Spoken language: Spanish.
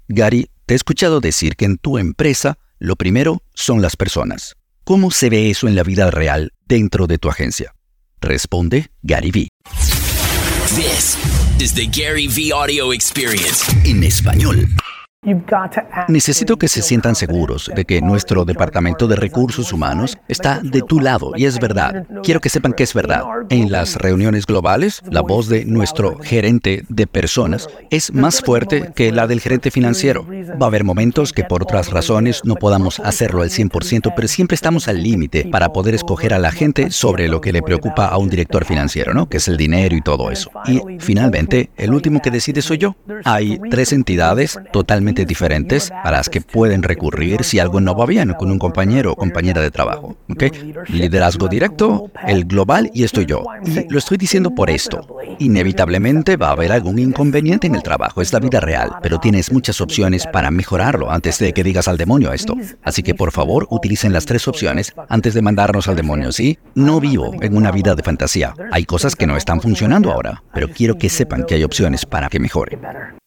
Gary, te he escuchado decir que en tu empresa lo primero son las personas. ¿Cómo se ve eso en la vida real dentro de tu agencia? Responde Gary V. This is the Gary V Audio Experience. En español. Necesito que se sientan seguros de que nuestro Departamento de Recursos Humanos está de tu lado, y es verdad. Quiero que sepan que es verdad. En las reuniones globales, la voz de nuestro gerente de personas es más fuerte que la del gerente financiero. Va a haber momentos que por otras razones no podamos hacerlo al 100%, pero siempre estamos al límite para poder escoger a la gente sobre lo que le preocupa a un director financiero, ¿no? Que es el dinero y todo eso. Y finalmente, el último que decide soy yo. Hay 3 entidades totalmente diferentes a las que pueden recurrir si algo no va bien con un compañero o compañera de trabajo. ¿Okay? Liderazgo directo, el global y estoy yo. Y lo estoy diciendo por esto. Inevitablemente va a haber algún inconveniente en el trabajo, es la vida real, pero tienes muchas opciones para mejorarlo antes de que digas al demonio esto. Así que por favor utilicen las 3 opciones antes de mandarnos al demonio, ¿sí? No vivo en una vida de fantasía. Hay cosas que no están funcionando ahora, pero quiero que sepan que hay opciones para que mejore.